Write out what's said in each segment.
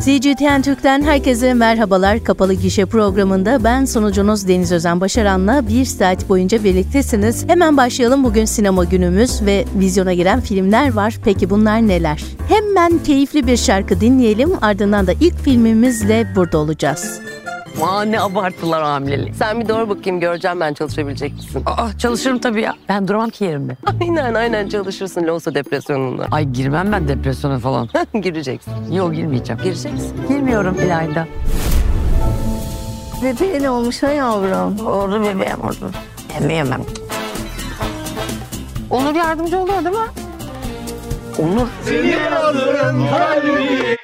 CGTN Türk'ten herkese merhabalar. Kapalı Gişe programında ben sunucunuz Deniz Özen Başaran'la 1 saat boyunca birliktesiniz. Hemen başlayalım. Bugün sinema günümüz ve vizyona giren filmler var. Peki bunlar neler? Hemen keyifli bir şarkı dinleyelim. Ardından da ilk filmimizle burada olacağız. Ne abarttılar hamileliği. Sen bir doğru bakayım, göreceğim ben çalışabilecek misin? Çalışırım tabii ya. Ben duramam ki yerimde. Aynen çalışırsın Loğusa depresyonunda. Ay girmem ben depresyona falan. Gireceksin. Yok girmeyeceğim. Gireceksin. Girmiyorum İlayda. Bebeğin olmuş ha yavrum. Orada bebeğim orada. Emeyemem. Onur yardımcı oluyor değil mi? Onur. Seni alırım kalbimi.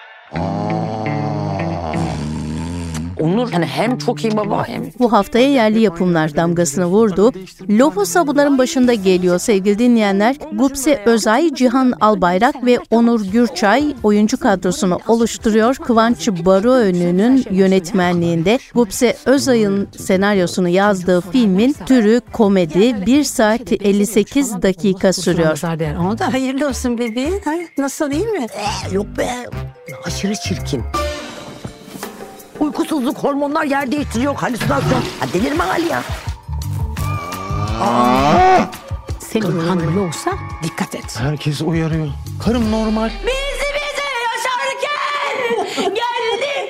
Onur yani hem çok iyi baba hem... Bu haftaya yerli yapımlar damgasını vurdu. Loğusa bunların başında geliyor sevgili dinleyenler. Gupse Özay, Cihan Albayrak ve Onur Gürçay oyuncu kadrosunu oluşturuyor. Kıvanç Baroğlu'nun yönetmenliğinde Gupse Özay'ın senaryosunu yazdığı filmin türü komedi, 1 saat 58 dakika sürüyor. Ona da hayırlı olsun bebeğim. Nasıl, iyi mi? Yok be. Aşırı çirkin. Uykusuzluk, hormonlar yer değiştiriyor, halüsinasyon. Delirme hali ya. Senin hamile olsa dikkat et. Herkes uyarıyor. Karım normal. Bizi yaşarken geldik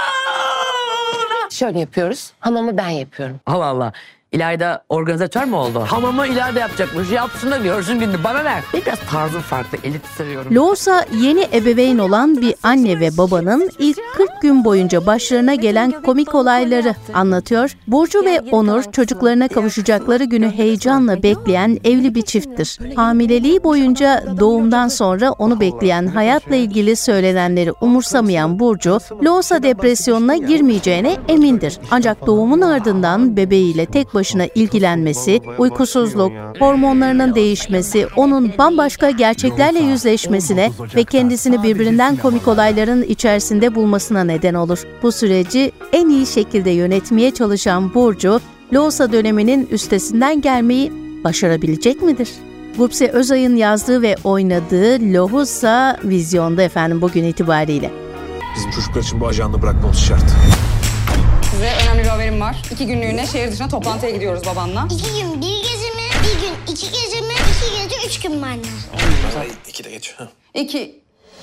oyuna. Şöyle yapıyoruz. Hamamı ben yapıyorum. Allah Allah. İlayda organizatör mü oldu? Hamamı İlayda yapacakmış. Yapsın da görsün gününü. Bana ver. Biraz tarzım farklı. Elit seviyorum. Loğusa yeni ebeveyn olan bir anne ve babanın ilk 40 gün boyunca başlarına gelen komik olayları anlatıyor. Burcu ve Onur çocuklarına kavuşacakları günü heyecanla bekleyen evli bir çifttir. Hamileliği boyunca doğumdan sonra onu bekleyen hayatla ilgili söylenenleri umursamayan Burcu, Loğusa depresyonuna girmeyeceğine emindir. Ancak doğumun ardından bebeğiyle tek başına ilgilenmesi, uykusuzluk, hormonlarının değişmesi, onun bambaşka gerçeklerle yüzleşmesine ve kendisini birbirinden komik olayların içerisinde bulmasına neden olur. Bu süreci en iyi şekilde yönetmeye çalışan Burcu, Loğusa döneminin üstesinden gelmeyi başarabilecek midir? Gupse Özay'ın yazdığı ve oynadığı Loğusa vizyonda efendim bugün itibariyle. Bizim çocuklar için bu ajanlığı bırakmamız şart. Size önemli bir haberim var. 2 günlüğüne şehir dışına toplantıya gidiyoruz babanla. 2 gün 1 gece mi? 1 gün 2 gece mi? 2 gece 3 gün mü anne? 2 de geç. 2.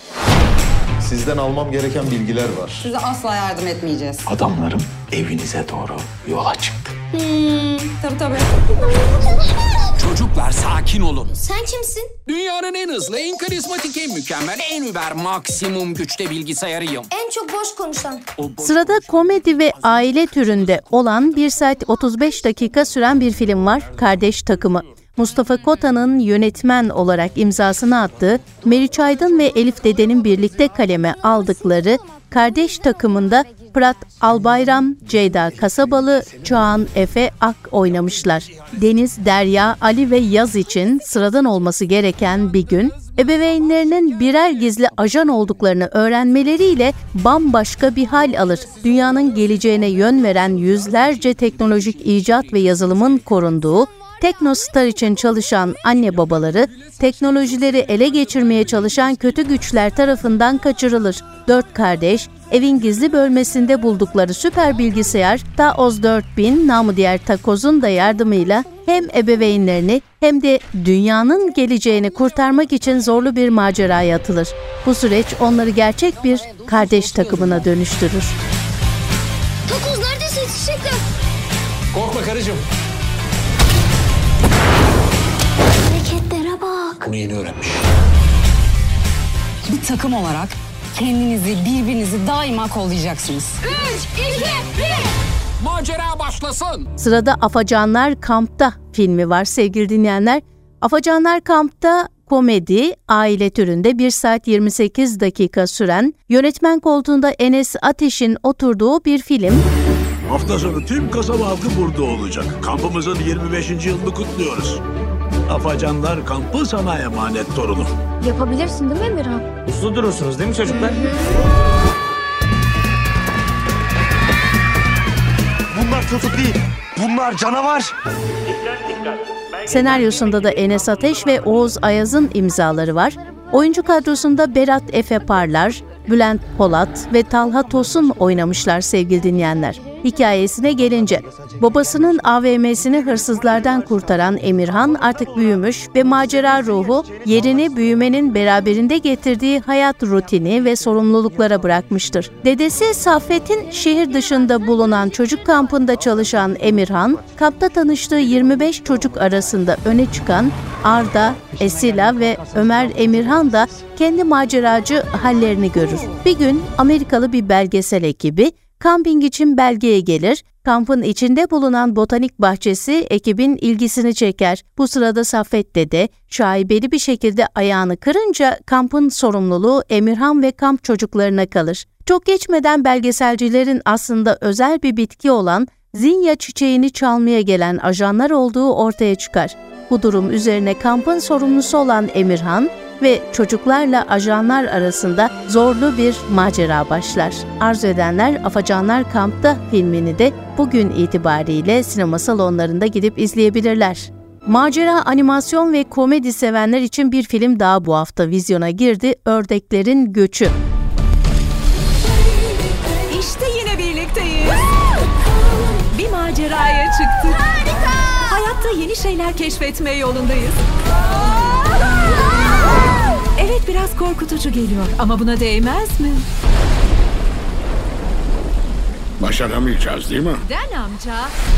Sizden almam gereken bilgiler var. Size asla yardım etmeyeceğiz. Adamlarım evinize doğru yola çıktı. Tabii. Çocuklar sakin olun. Sen kimsin? Dünyanın en hızlı, en karizmatik, en mükemmel, en über maksimum güçte bilgisayarıyım. En çok boş konuşan. Sırada komedi ve aile türünde olan 1 saat 35 dakika süren bir film var, Kardeş Takımı. Mustafa Kota'nın yönetmen olarak imzasını attığı, Meriç Aydın ve Elif Dede'nin birlikte kaleme aldıkları Kardeş Takımı'nda Fırat Albayram, Ceyda Kasabalı, Çağan Efe Ak oynamışlar. Deniz, Derya, Ali ve Yaz için sıradan olması gereken bir gün, ebeveynlerinin birer gizli ajan olduklarını öğrenmeleriyle bambaşka bir hal alır. Dünyanın geleceğine yön veren yüzlerce teknolojik icat ve yazılımın korunduğu, Teknostar için çalışan anne babaları, teknolojileri ele geçirmeye çalışan kötü güçler tarafından kaçırılır. 4 kardeş, evin gizli bölmesinde buldukları süper bilgisayar Taoz 4000, namı diğer Takoz'un da yardımıyla hem ebeveynlerini hem de dünyanın geleceğini kurtarmak için zorlu bir maceraya atılır. Bu süreç onları gerçek bir kardeş takımına dönüştürür. Takoz neredeyse yetişecekler. Korkma karıcığım. Hareketlere bak. Bunu yeni öğrenmiş. Bir takım olarak kendinizi, birbirinizi daima kollayacaksınız. 3, 2, 1. Macera başlasın. Sırada Afacanlar Kamp'ta filmi var sevgili dinleyenler. Afacanlar Kamp'ta komedi, aile türünde 1 saat 28 dakika süren, yönetmen koltuğunda Enes Ateş'in oturduğu bir film. Hafta sonu tüm kasaba halkı burada olacak. Kampımızın 25. yılını kutluyoruz. Afacanlar Kampı sana emanet torunum. Yapabilirsin değil mi Emirhan? Uslu durursunuz değil mi çocuklar? Bunlar çocuk değil. Bunlar canavar. Senaryosunda da Enes Ateş ve Oğuz Ayaz'ın imzaları var. Oyuncu kadrosunda Berat Efe Parlar, Bülent Polat ve Talha Tosun oynamışlar sevgili dinleyenler. Hikayesine gelince, babasının AVM'sini hırsızlardan kurtaran Emirhan artık büyümüş ve macera ruhu yerini büyümenin beraberinde getirdiği hayat rutini ve sorumluluklara bırakmıştır. Dedesi Saffet'in şehir dışında bulunan çocuk kampında çalışan Emirhan, kampta tanıştığı 25 çocuk arasında öne çıkan Arda, Esila ve Ömer Emirhan da kendi maceracı hallerini görür. Bir gün Amerikalı bir belgesel ekibi kamping için belgeye gelir, kampın içinde bulunan botanik bahçesi ekibin ilgisini çeker. Bu sırada Saffet dede şaibeli bir şekilde ayağını kırınca kampın sorumluluğu Emirhan ve kamp çocuklarına kalır. Çok geçmeden belgeselcilerin aslında özel bir bitki olan zinya çiçeğini çalmaya gelen ajanlar olduğu ortaya çıkar. Bu durum üzerine kampın sorumlusu olan Emirhan ve çocuklarla ajanlar arasında zorlu bir macera başlar. Arzu edenler Afacanlar Kamp'ta filmini de bugün itibariyle sinema salonlarında gidip izleyebilirler. Macera, animasyon ve komedi sevenler için bir film daha bu hafta vizyona girdi. Ördeklerin Göçü. İşte yine birlikteyiz. Bir maceraya çıktık. Hayatta yeni şeyler keşfetme yolundayız. Evet, biraz korkutucu geliyor ama buna değmez mi? Başaramayacağız değil mi? Den amca.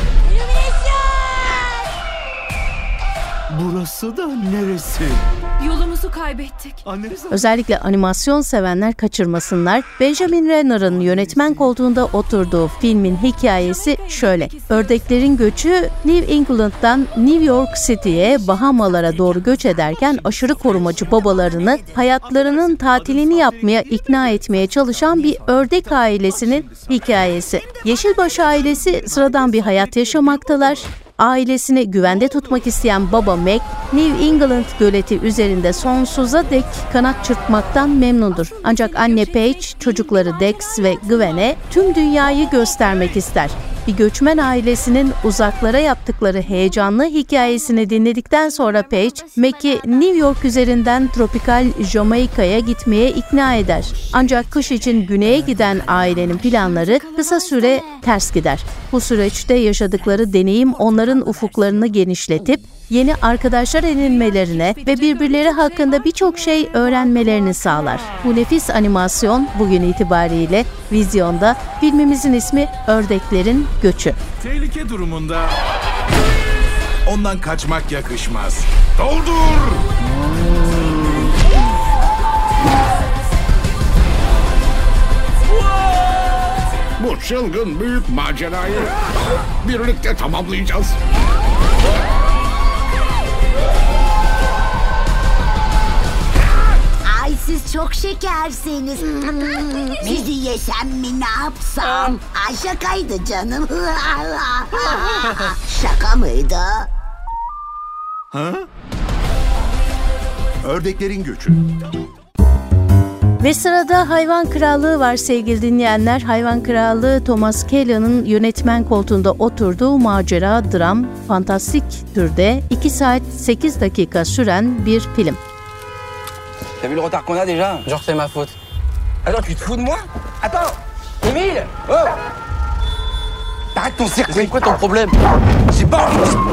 Burası da neresi? Yolumuzu kaybettik. Özellikle animasyon sevenler kaçırmasınlar. Benjamin Renner'ın yönetmen koltuğunda oturduğu filmin hikayesi şöyle. Ördeklerin göçü New England'dan New York City'ye, Bahamalara doğru göç ederken aşırı korumacı babalarını hayatlarının tatilini yapmaya ikna etmeye çalışan bir ördek ailesinin hikayesi. Yeşilbaş ailesi sıradan bir hayat yaşamaktalar. Ailesini güvende tutmak isteyen baba Mac, New England göleti üzerinde sonsuza dek kanat çırpmaktan memnundur. Ancak anne Paige, çocukları Dex ve Gwen'e tüm dünyayı göstermek ister. Bir göçmen ailesinin uzaklara yaptıkları heyecanlı hikayesini dinledikten sonra Paige, Mac'i New York üzerinden tropikal Jamaika'ya gitmeye ikna eder. Ancak kış için güneye giden ailenin planları kısa süre ters gider. Bu süreçte yaşadıkları deneyim onların ufuklarını genişletip yeni arkadaşlar edinmelerine ve birbirleri hakkında birçok şey öğrenmelerini sağlar. Bu nefis animasyon bugün itibariyle vizyonda. Filmimizin ismi Ördeklerin Göçü. Tehlike durumunda ondan kaçmak yakışmaz. Doldur! Bu çılgın büyük macerayı birlikte tamamlayacağız. Ay, siz çok şekersiniz. Sizi yesem mi, ne yapsam? Ay, şakaydı canım. Şaka mıydı? Ha? Ördeklerin Göçü. Ve sırada Hayvan Krallığı var sevgili dinleyenler. Hayvan Krallığı, Thomas Kael'in yönetmen koltuğunda oturduğu macera, dram, fantastik türde 2 saat 8 dakika süren bir film. T'as vu le retard qu'on a déjà? Genre c'est ma faute. Attends, tu te fous de moi? Attends, Émile! Oh! T'arrêtes ton cirque! C'est quoi ton problème? C'est pas...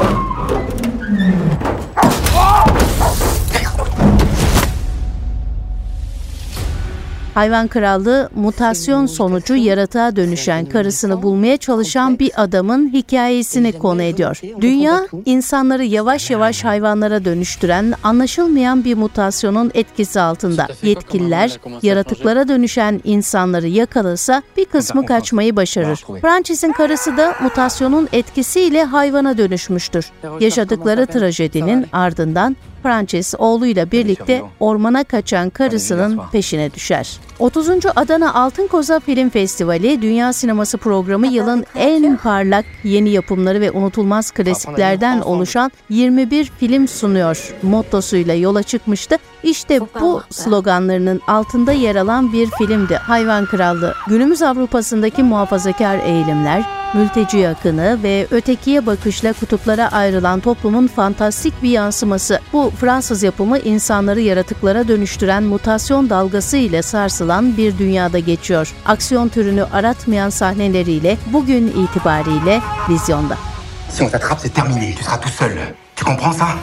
Hayvan Krallığı, mutasyon sonucu yaratığa dönüşen karısını bulmaya çalışan bir adamın hikayesini konu ediyor. Dünya, insanları yavaş yavaş hayvanlara dönüştüren, anlaşılmayan bir mutasyonun etkisi altında. Yetkililer, yaratıklara dönüşen insanları yakalasa bir kısmı kaçmayı başarır. Francis'in karısı da mutasyonun etkisiyle hayvana dönüşmüştür. Yaşadıkları trajedinin ardından Francis oğluyla birlikte ormana kaçan karısının peşine düşer. 30. Adana Altın Koza Film Festivali, Dünya Sineması programı yılın en parlak yeni yapımları ve unutulmaz klasiklerden oluşan 21 film sunuyor mottosuyla yola çıkmıştı. İşte bu sloganlarının altında yer alan bir filmdi Hayvan Krallığı. Günümüz Avrupa'sındaki muhafazakar eğilimler, mülteci akını ve ötekiye bakışla kutuplara ayrılan toplumun fantastik bir yansıması. Bu Fransız yapımı insanları yaratıklara dönüştüren mutasyon dalgası ile sarsılan bir dünyada geçiyor. Aksiyon türünü aratmayan sahneleriyle bugün itibariyle vizyonda. Si on t'attrape, c'est terminé. Tu seras tout seul. Tu comprends ça?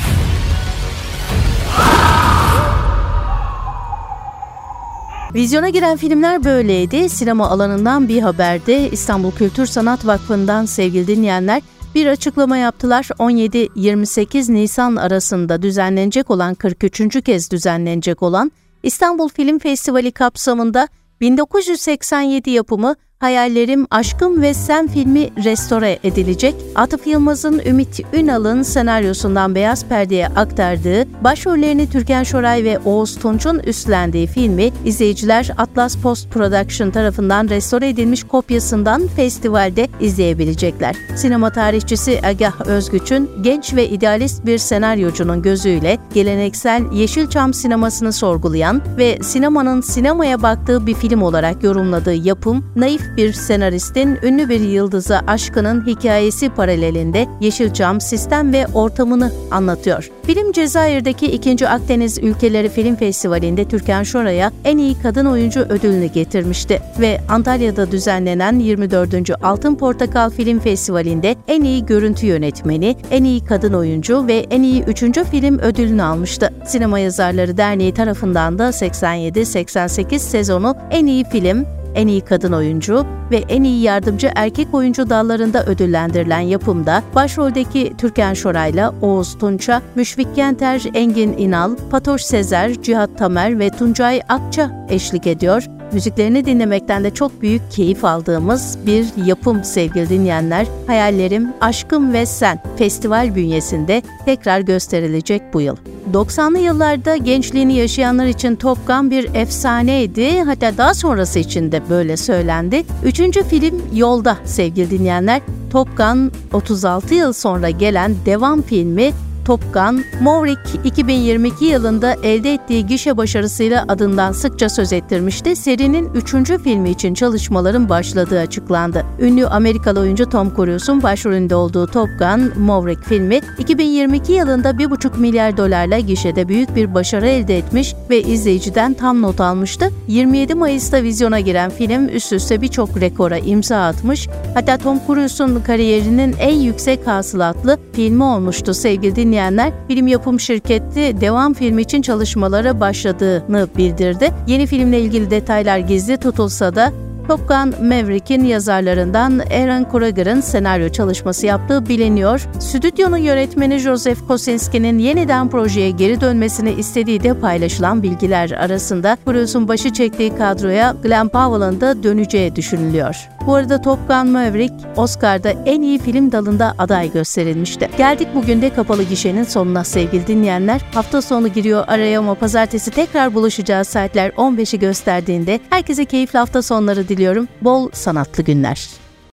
Vizyona giren filmler böyleydi. Sinema alanından bir haberde İstanbul Kültür Sanat Vakfı'ndan sevgili dinleyenler bir açıklama yaptılar. 17-28 Nisan arasında düzenlenecek olan 43. kez düzenlenecek olan İstanbul Film Festivali kapsamında 1987 yapımı Hayallerim, Aşkım ve Sen filmi restore edilecek. Atıf Yılmaz'ın Ümit Ünal'ın senaryosundan beyaz perdeye aktardığı, başrollerini Türkan Şoray ve Oğuz Tunç'un üstlendiği filmi izleyiciler Atlas Post Production tarafından restore edilmiş kopyasından festivalde izleyebilecekler. Sinema tarihçisi Agah Özgüç'ün genç ve idealist bir senaryocunun gözüyle geleneksel Yeşilçam sinemasını sorgulayan ve sinemanın sinemaya baktığı bir film olarak yorumladığı yapım, naif bir senaristin ünlü bir yıldıza aşkının hikayesi paralelinde Yeşilçam sistem ve ortamını anlatıyor. Film Cezayir'deki 2. Akdeniz Ülkeleri Film Festivali'nde Türkan Şoray'a en iyi kadın oyuncu ödülünü getirmişti ve Antalya'da düzenlenen 24. Altın Portakal Film Festivali'nde en iyi görüntü yönetmeni, en iyi kadın oyuncu ve en iyi 3. film ödülünü almıştı. Sinema Yazarları Derneği tarafından da 87-88 sezonu en iyi film, en iyi kadın oyuncu ve en iyi yardımcı erkek oyuncu dallarında ödüllendirilen yapımda başroldeki Türkan Şoray'la Oğuz Tunç'a, Müşfik Kenter, Engin İnal, Fatoş Sezer, Cihat Tamer ve Tuncay Akça eşlik ediyor. Müziklerini dinlemekten de çok büyük keyif aldığımız bir yapım sevgili dinleyenler. Hayallerim, Aşkım ve Sen festival bünyesinde tekrar gösterilecek bu yıl. 90'lı yıllarda gençliğini yaşayanlar için Top Gun bir efsaneydi. Hatta daha sonrası için de böyle söylendi. 3. film yolda sevgili dinleyenler. Top Gun 36 yıl sonra gelen devam filmi Top Gun, Maverick 2022 yılında elde ettiği gişe başarısıyla adından sıkça söz ettirmişti. Serinin 3. filmi için çalışmaların başladığı açıklandı. Ünlü Amerikalı oyuncu Tom Cruise'un başrolünde olduğu Top Gun, Maverick filmi 2022 yılında $1,5 milyar gişede büyük bir başarı elde etmiş ve izleyiciden tam not almıştı. 27 Mayıs'ta vizyona giren film üst üste birçok rekora imza atmış. Hatta Tom Cruise'un kariyerinin en yüksek hasılatlı filmi olmuştu sevgili dinleyenler. Film yapım şirketi devam filmi için çalışmalara başladığını bildirdi. Yeni filmle ilgili detaylar gizli tutulsa da Top Gun Maverick'in yazarlarından Aaron Kruger'ın senaryo çalışması yaptığı biliniyor. Stüdyonun yönetmeni Joseph Kosinski'nin yeniden projeye geri dönmesini istediği de paylaşılan bilgiler arasında. Cruise'un başı çektiği kadroya Glen Powell'ın da döneceği düşünülüyor. Bu arada Top Gun Maverick, Oscar'da en iyi film dalında aday gösterilmişti. Geldik bugün de kapalı gişenin sonuna sevgili dinleyenler. Hafta sonu giriyor araya ama pazartesi tekrar buluşacağız saatler 15'i gösterdiğinde. Herkese keyifli hafta sonları diliyorum. Bol sanatlı günler.